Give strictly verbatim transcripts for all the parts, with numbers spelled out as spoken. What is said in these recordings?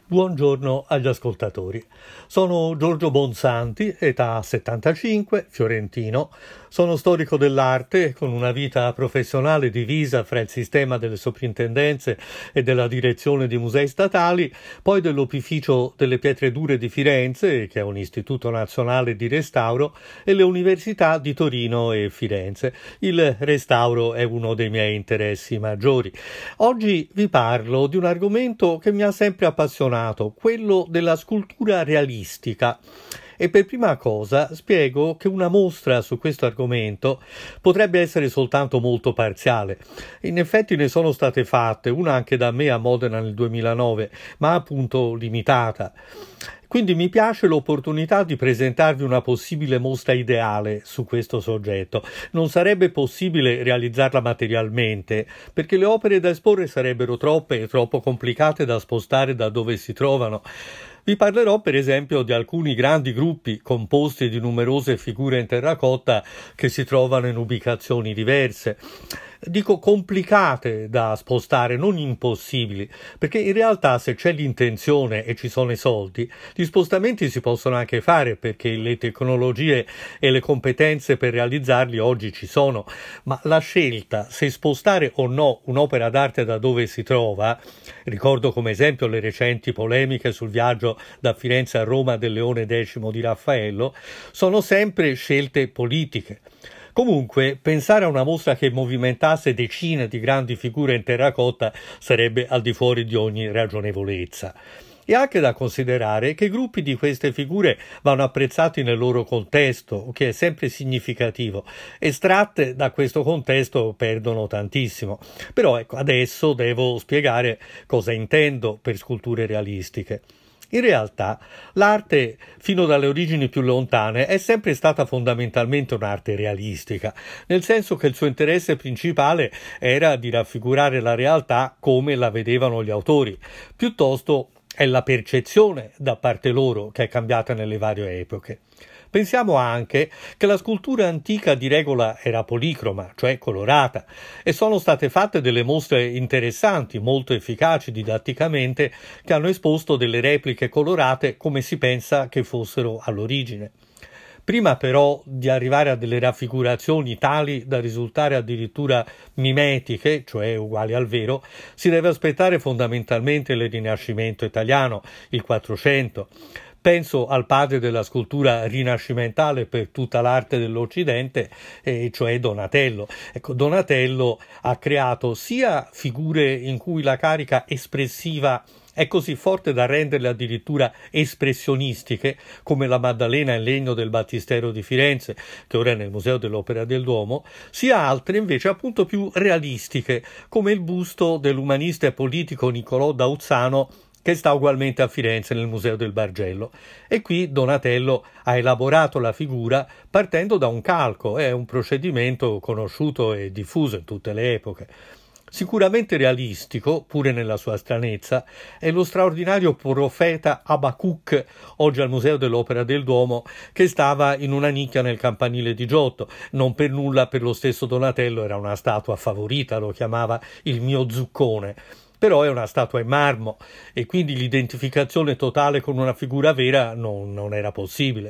Buongiorno agli ascoltatori. Sono Giorgio Bonsanti, età settantacinque, fiorentino. Sono storico dell'arte con una vita professionale divisa fra il sistema delle soprintendenze e della direzione di musei statali, poi dell'Opificio delle Pietre Dure di Firenze, che è un istituto nazionale di restauro, e le università di Torino e Firenze. Il restauro è uno dei miei interessi maggiori. Oggi vi parlo di un argomento che mi ha sempre appassionato, quello della scultura realistica. E per prima cosa spiego che una mostra su questo argomento potrebbe essere soltanto molto parziale. In effetti ne sono state fatte, una anche da me a Modena nel duemilanove, ma appunto limitata. Quindi mi piace l'opportunità di presentarvi una possibile mostra ideale su questo soggetto. Non sarebbe possibile realizzarla materialmente, perché le opere da esporre sarebbero troppe e troppo complicate da spostare da dove si trovano. Vi parlerò per esempio di alcuni grandi gruppi composti di numerose figure in terracotta che si trovano in ubicazioni diverse. Dico complicate da spostare, non impossibili, perché in realtà se c'è l'intenzione e ci sono i soldi, gli spostamenti si possono anche fare perché le tecnologie e le competenze per realizzarli oggi ci sono, ma la scelta se spostare o no un'opera d'arte da dove si trova, ricordo come esempio le recenti polemiche sul viaggio da Firenze a Roma del Leone X di Raffaello, sono sempre scelte politiche. Comunque, pensare a una mostra che movimentasse decine di grandi figure in terracotta sarebbe al di fuori di ogni ragionevolezza. E anche da considerare che i gruppi di queste figure vanno apprezzati nel loro contesto, che è sempre significativo. Estratte da questo contesto perdono tantissimo. Però ecco, adesso devo spiegare cosa intendo per sculture realistiche. In realtà l'arte, fino dalle origini più lontane, è sempre stata fondamentalmente un'arte realistica, nel senso che il suo interesse principale era di raffigurare la realtà come la vedevano gli autori, piuttosto è la percezione da parte loro che è cambiata nelle varie epoche. Pensiamo anche che la scultura antica di regola era policroma, cioè colorata, e sono state fatte delle mostre interessanti, molto efficaci didatticamente, che hanno esposto delle repliche colorate come si pensa che fossero all'origine. Prima però di arrivare a delle raffigurazioni tali da risultare addirittura mimetiche, cioè uguali al vero, si deve aspettare fondamentalmente il Rinascimento italiano, il Quattrocento. Penso al padre della scultura rinascimentale per tutta l'arte dell'Occidente, eh, cioè Donatello. Ecco, Donatello ha creato sia figure in cui la carica espressiva è così forte da renderle addirittura espressionistiche, come la Maddalena in legno del Battistero di Firenze, che ora è nel Museo dell'Opera del Duomo, sia altre invece appunto più realistiche, come il busto dell'umanista e politico Niccolò da Uzzano, che sta ugualmente a Firenze nel Museo del Bargello. E qui Donatello ha elaborato la figura partendo da un calco, è un procedimento conosciuto e diffuso in tutte le epoche. Sicuramente realistico, pure nella sua stranezza, è lo straordinario profeta Abacuc, oggi al Museo dell'Opera del Duomo, che stava in una nicchia nel campanile di Giotto. Non per nulla per lo stesso Donatello era una statua favorita, lo chiamava il mio zuccone. Però è una statua in marmo e quindi l'identificazione totale con una figura vera non, non era possibile.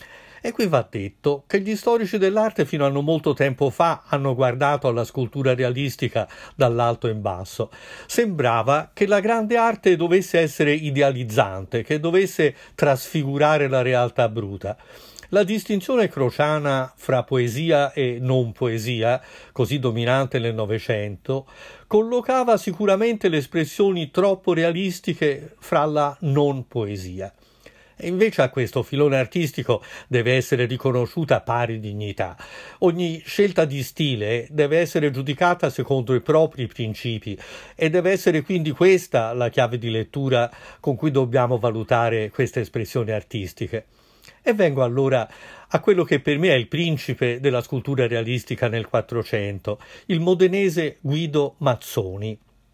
E qui va detto che gli storici dell'arte fino a non molto tempo fa hanno guardato alla scultura realistica dall'alto in basso. Sembrava che la grande arte dovesse essere idealizzante, che dovesse trasfigurare la realtà bruta. La distinzione crociana fra poesia e non poesia, così dominante nel Novecento, collocava sicuramente le espressioni troppo realistiche fra la non poesia. E invece a questo filone artistico deve essere riconosciuta pari dignità. Ogni scelta di stile deve essere giudicata secondo i propri principi e deve essere quindi questa la chiave di lettura con cui dobbiamo valutare queste espressioni artistiche. E vengo allora a quello che per me è il principe della scultura realistica nel Quattrocento, il modenese Guido Mazzoni.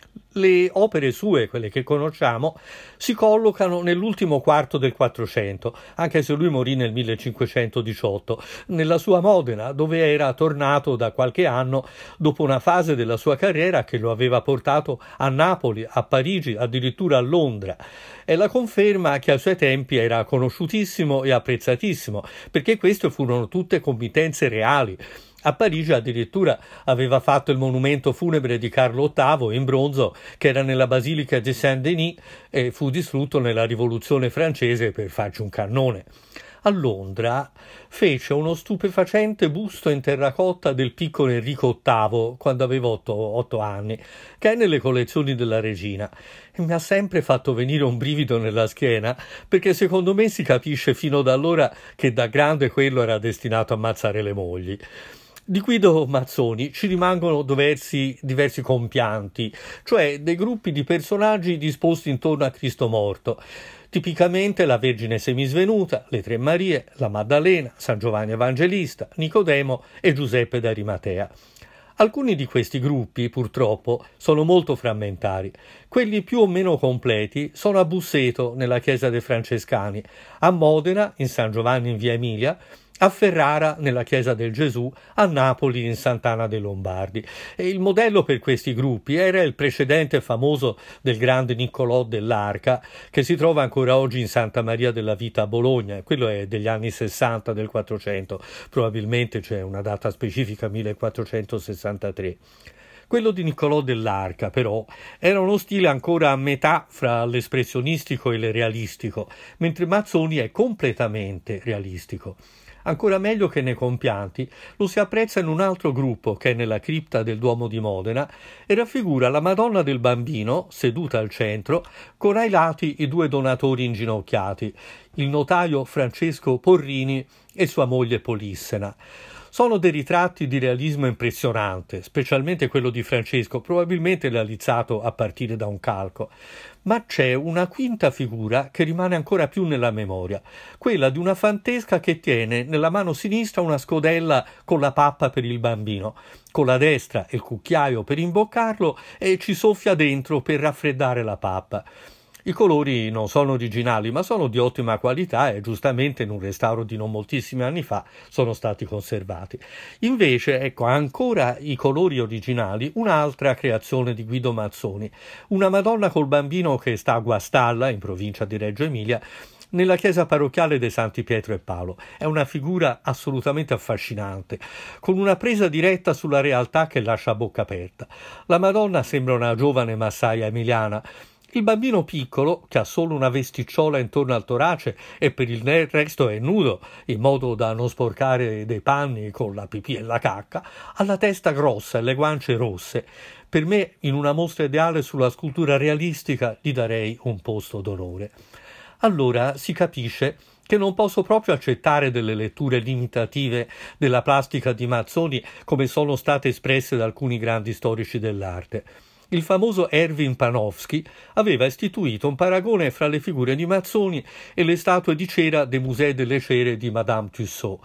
Le opere sue, quelle che conosciamo, si collocano nell'ultimo quarto del Quattrocento, anche se lui morì nel millecinquecentodiciotto, nella sua Modena, dove era tornato da qualche anno dopo una fase della sua carriera che lo aveva portato a Napoli, a Parigi, addirittura a Londra. È la conferma che ai suoi tempi era conosciutissimo e apprezzatissimo, perché queste furono tutte committenze reali. A Parigi addirittura aveva fatto il monumento funebre di Carlo ottavo in bronzo, che era nella Basilica di Saint-Denis e fu distrutto nella Rivoluzione francese per farci un cannone. A Londra fece uno stupefacente busto in terracotta del piccolo Enrico ottavo quando aveva otto, otto anni, che è nelle collezioni della regina, e mi ha sempre fatto venire un brivido nella schiena, perché secondo me si capisce fino da allora che da grande quello era destinato a ammazzare le mogli. Di Guido Mazzoni ci rimangono diversi, diversi compianti, cioè dei gruppi di personaggi disposti intorno a Cristo morto, tipicamente la Vergine Semisvenuta, le Tre Marie, la Maddalena, San Giovanni Evangelista, Nicodemo e Giuseppe d'Arimatea. Alcuni di questi gruppi, purtroppo, sono molto frammentari. Quelli più o meno completi sono a Busseto, nella chiesa dei Francescani, a Modena, in San Giovanni in via Emilia, a Ferrara nella chiesa del Gesù, a Napoli in Sant'Anna dei Lombardi. E il modello per questi gruppi era il precedente famoso del grande Niccolò dell'Arca, che si trova ancora oggi in Santa Maria della Vita a Bologna. Quello è degli anni sessanta del Quattrocento, probabilmente c'è una data specifica, millequattrocentosessantatré. Quello di Niccolò dell'Arca, però, era uno stile ancora a metà fra l'espressionistico e il realistico, mentre Mazzoni è completamente realistico. Ancora meglio che nei compianti, lo si apprezza in un altro gruppo che è nella cripta del Duomo di Modena e raffigura la Madonna del Bambino, seduta al centro, con ai lati i due donatori inginocchiati, il notaio Francesco Porrini e sua moglie Polissena. Sono dei ritratti di realismo impressionante, specialmente quello di Francesco, probabilmente realizzato a partire da un calco. Ma c'è una quinta figura che rimane ancora più nella memoria, quella di una fantesca che tiene nella mano sinistra una scodella con la pappa per il bambino, con la destra il cucchiaio per imboccarlo e ci soffia dentro per raffreddare la pappa. I colori non sono originali, ma sono di ottima qualità e giustamente in un restauro di non moltissimi anni fa sono stati conservati. Invece, ecco, ancora i colori originali, un'altra creazione di Guido Mazzoni, una Madonna col bambino che sta a Guastalla, in provincia di Reggio Emilia, nella chiesa parrocchiale dei Santi Pietro e Paolo. È una figura assolutamente affascinante, con una presa diretta sulla realtà che lascia a bocca aperta. La Madonna sembra una giovane massaia emiliana. Il bambino piccolo, che ha solo una vesticciola intorno al torace e per il resto è nudo, in modo da non sporcare dei panni con la pipì e la cacca, ha la testa grossa e le guance rosse. Per me, in una mostra ideale sulla scultura realistica, gli darei un posto d'onore. Allora si capisce che non posso proprio accettare delle letture limitative della plastica di Mazzoni come sono state espresse da alcuni grandi storici dell'arte. Il famoso Erwin Panofsky aveva istituito un paragone fra le figure di Mazzoni e le statue di cera dei Musei delle Cere di Madame Tussaud.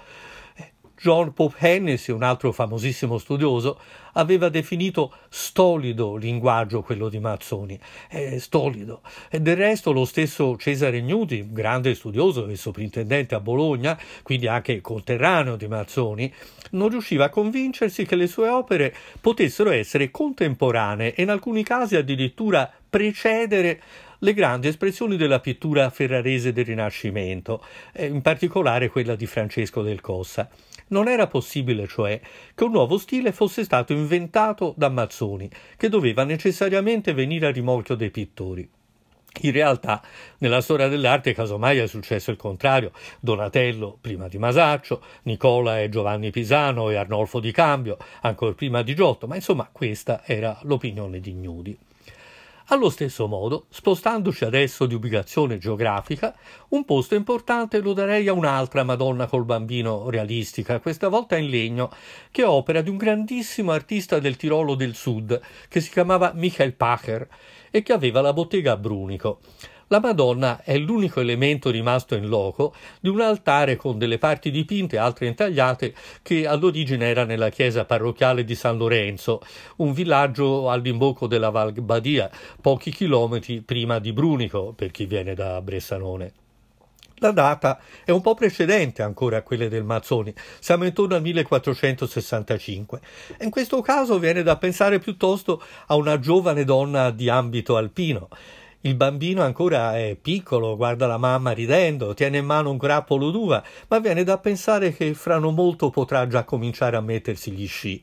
John Pope Hennessy, un altro famosissimo studioso, aveva definito stolido linguaggio quello di Mazzoni. È stolido. E del resto lo stesso Cesare Ignuti, un grande studioso e sovrintendente a Bologna, quindi anche conterraneo di Mazzoni, non riusciva a convincersi che le sue opere potessero essere contemporanee e in alcuni casi addirittura precedere le grandi espressioni della pittura ferrarese del Rinascimento, in particolare quella di Francesco del Cossa. Non era possibile, cioè, che un nuovo stile fosse stato inventato da Mazzoni, che doveva necessariamente venire a rimorchio dei pittori. In realtà, nella storia dell'arte, casomai è successo il contrario. Donatello prima di Masaccio, Nicola e Giovanni Pisano e Arnolfo di Cambio, ancora prima di Giotto, ma insomma questa era l'opinione di Gnudi. Allo stesso modo, spostandoci adesso di ubicazione geografica, un posto importante lo darei a un'altra Madonna col bambino realistica, questa volta in legno, che è opera di un grandissimo artista del Tirolo del Sud, che si chiamava Michael Pacher e che aveva la bottega a Brunico. La Madonna è l'unico elemento rimasto in loco di un altare con delle parti dipinte e altre intagliate che all'origine era nella chiesa parrocchiale di San Lorenzo, un villaggio all'imbocco della Val Badia, pochi chilometri prima di Brunico, per chi viene da Bressanone. La data è un po' precedente ancora a quelle del Mazzoni, siamo intorno al millequattrocentosessantacinque, e in questo caso viene da pensare piuttosto a una giovane donna di ambito alpino. Il bambino ancora è piccolo, guarda la mamma ridendo, tiene in mano un grappolo d'uva, ma viene da pensare che fra non molto potrà già cominciare a mettersi gli sci.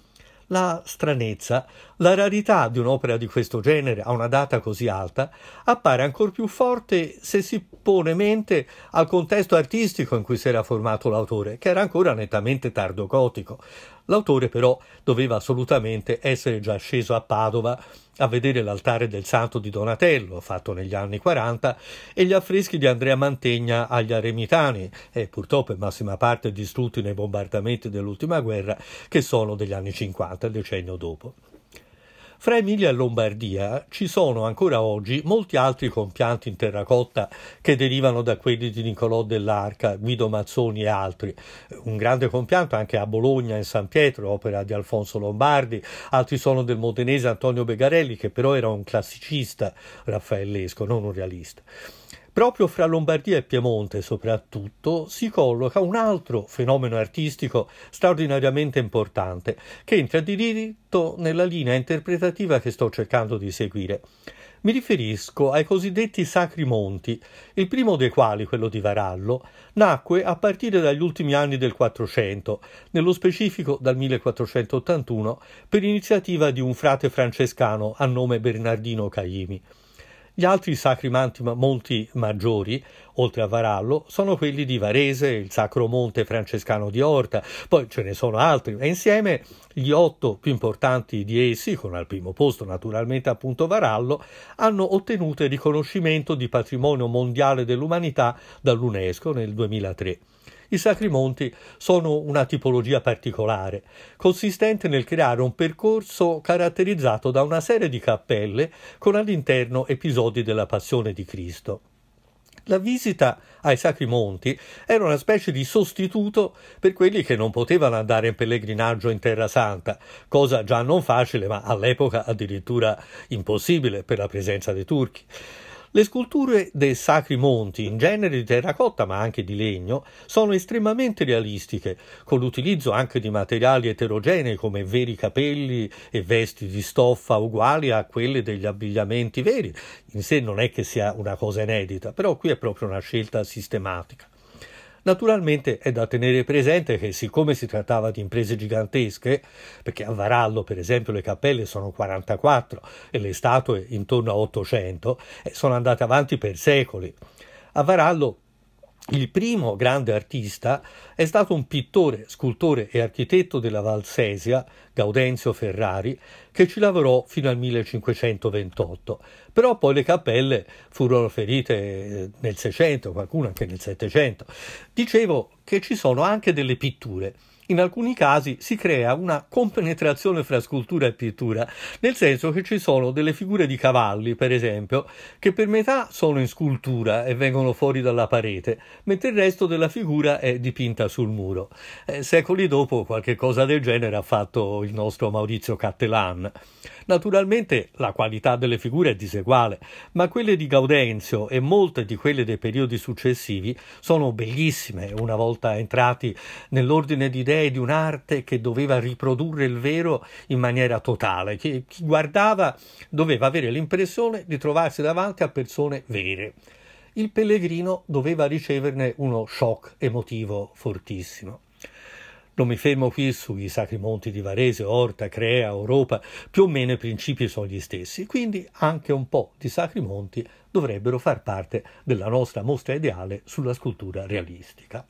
La stranezza, la rarità di un'opera di questo genere a una data così alta appare ancor più forte se si pone mente al contesto artistico in cui si era formato l'autore, che era ancora nettamente tardogotico. L'autore però doveva assolutamente essere già sceso a Padova a vedere l'altare del Santo di Donatello, fatto negli anni quaranta, e gli affreschi di Andrea Mantegna agli Aremitani, e purtroppo in massima parte distrutti nei bombardamenti dell'ultima guerra, che sono degli anni cinquanta, il decennio dopo. Fra Emilia e Lombardia ci sono ancora oggi molti altri compianti in terracotta che derivano da quelli di Niccolò dell'Arca, Guido Mazzoni e altri. Un grande compianto anche a Bologna in San Pietro, opera di Alfonso Lombardi, altri sono del modenese Antonio Begarelli, che però era un classicista raffaellesco, non un realista. Proprio fra Lombardia e Piemonte, soprattutto, si colloca un altro fenomeno artistico straordinariamente importante, che entra di diritto nella linea interpretativa che sto cercando di seguire. Mi riferisco ai cosiddetti Sacri Monti, il primo dei quali, quello di Varallo, nacque a partire dagli ultimi anni del Quattrocento, nello specifico dal millequattrocentottantuno, per iniziativa di un frate francescano a nome Bernardino Caimi. Gli altri sacri monti maggiori, oltre a Varallo, sono quelli di Varese, il Sacro Monte Francescano di Orta, poi ce ne sono altri, e insieme gli otto più importanti di essi, con al primo posto naturalmente appunto Varallo, hanno ottenuto il riconoscimento di patrimonio mondiale dell'umanità dall'UNESCO nel duemilatré. I Sacri Monti sono una tipologia particolare, consistente nel creare un percorso caratterizzato da una serie di cappelle con all'interno episodi della Passione di Cristo. La visita ai Sacri Monti era una specie di sostituto per quelli che non potevano andare in pellegrinaggio in Terra Santa, cosa già non facile, ma all'epoca addirittura impossibile per la presenza dei turchi. Le sculture dei Sacri Monti, in genere di terracotta ma anche di legno, sono estremamente realistiche, con l'utilizzo anche di materiali eterogenei come veri capelli e vesti di stoffa uguali a quelle degli abbigliamenti veri. In sé non è che sia una cosa inedita, però qui è proprio una scelta sistematica. Naturalmente è da tenere presente che siccome si trattava di imprese gigantesche, perché a Varallo per esempio le cappelle sono quarantaquattro e le statue intorno a ottocento, sono andate avanti per secoli. A Varallo il primo grande artista è stato un pittore, scultore e architetto della Valsesia, Gaudenzio Ferrari, che ci lavorò fino al millecinquecentoventotto. Però poi le cappelle furono ferite nel Seicento, qualcuno anche nel Settecento. Dicevo che ci sono anche delle pitture. In alcuni casi si crea una compenetrazione fra scultura e pittura, nel senso che ci sono delle figure di cavalli, per esempio, che per metà sono in scultura e vengono fuori dalla parete, mentre il resto della figura è dipinta sul muro. Eh, secoli dopo qualche cosa del genere ha fatto il nostro Maurizio Cattelan. Naturalmente la qualità delle figure è diseguale, ma quelle di Gaudenzio e molte di quelle dei periodi successivi sono bellissime, una volta entrati nell'ordine di idee di un'arte che doveva riprodurre il vero in maniera totale, che chi guardava doveva avere l'impressione di trovarsi davanti a persone vere. Il pellegrino doveva riceverne uno shock emotivo fortissimo. Non mi fermo qui sui Sacri Monti di Varese, Orta, Crea, Europa, più o meno i principi sono gli stessi, quindi anche un po' di Sacri Monti dovrebbero far parte della nostra mostra ideale sulla scultura realistica.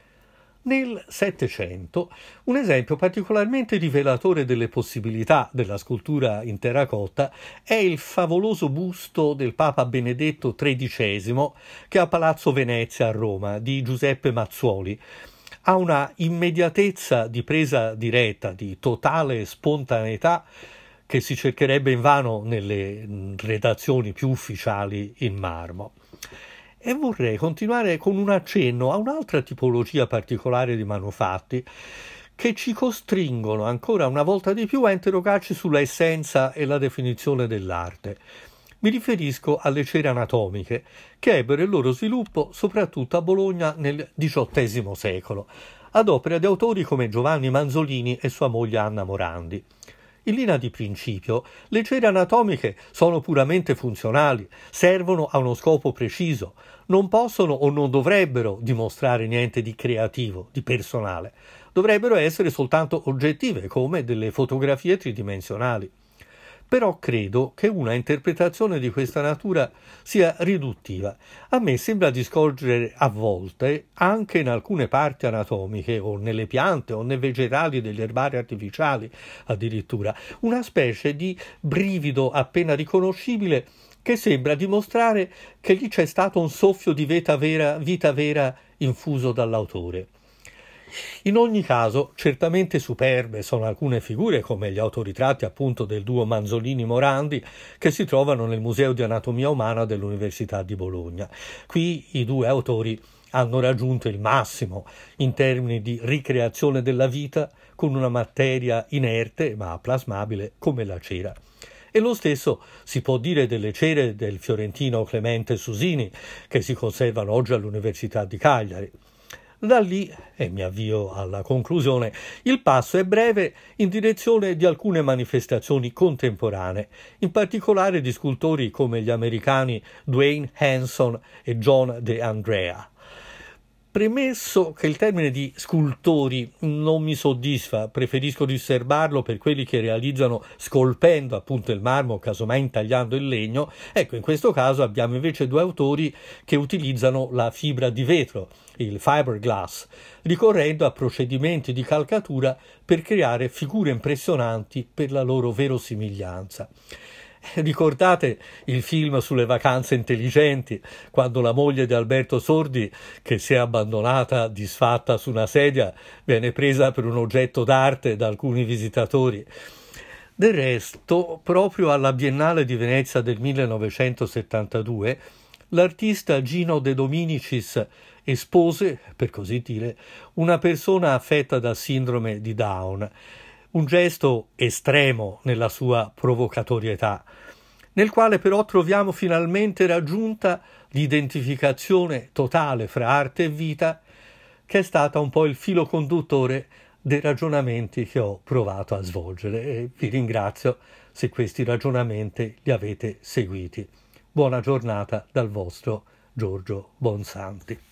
Nel Settecento, un esempio particolarmente rivelatore delle possibilità della scultura in terracotta è il favoloso busto del Papa Benedetto tredicesimo che ha a Palazzo Venezia a Roma, di Giuseppe Mazzuoli. Ha una immediatezza di presa diretta, di totale spontaneità, che si cercherebbe invano nelle redazioni più ufficiali in marmo. E vorrei continuare con un accenno a un'altra tipologia particolare di manufatti che ci costringono ancora una volta di più a interrogarci sulla essenza e la definizione dell'arte. Mi riferisco alle cere anatomiche, che ebbero il loro sviluppo soprattutto a Bologna nel diciottesimo secolo, ad opera di autori come Giovanni Manzolini e sua moglie Anna Morandi. In linea di principio, le cere anatomiche sono puramente funzionali, servono a uno scopo preciso, non possono o non dovrebbero dimostrare niente di creativo, di personale. Dovrebbero essere soltanto oggettive, come delle fotografie tridimensionali. Però credo che una interpretazione di questa natura sia riduttiva. A me sembra di scorgere a volte, anche in alcune parti anatomiche, o nelle piante o nei vegetali degli erbari artificiali addirittura, una specie di brivido appena riconoscibile che sembra dimostrare che lì c'è stato un soffio di vita vera, vita vera infuso dall'autore. In ogni caso, certamente superbe sono alcune figure come gli autoritratti appunto del duo Manzolini-Morandi che si trovano nel Museo di Anatomia Umana dell'Università di Bologna. Qui i due autori hanno raggiunto il massimo in termini di ricreazione della vita con una materia inerte ma plasmabile come la cera. E lo stesso si può dire delle cere del fiorentino Clemente Susini che si conservano oggi all'Università di Cagliari. Da lì, e mi avvio alla conclusione, il passo è breve in direzione di alcune manifestazioni contemporanee, in particolare di scultori come gli americani Dwayne Hanson e John De Andrea. Premesso che il termine di scultori non mi soddisfa, preferisco riservarlo per quelli che realizzano scolpendo appunto il marmo, casomai intagliando il legno, ecco, in questo caso abbiamo invece due autori che utilizzano la fibra di vetro, il fiberglass, ricorrendo a procedimenti di calcatura per creare figure impressionanti per la loro verosimiglianza. Ricordate il film sulle vacanze intelligenti, quando la moglie di Alberto Sordi, che si è abbandonata disfatta su una sedia, viene presa per un oggetto d'arte da alcuni visitatori. Del resto, proprio alla Biennale di Venezia del millenovecentosettantadue, l'artista Gino De Dominicis espose, per così dire, una persona affetta da sindrome di Down, un gesto estremo nella sua provocatorietà, nel quale però troviamo finalmente raggiunta l'identificazione totale fra arte e vita, che è stata un po' il filo conduttore dei ragionamenti che ho provato a svolgere, e vi ringrazio se questi ragionamenti li avete seguiti. Buona giornata dal vostro Giorgio Bonsanti.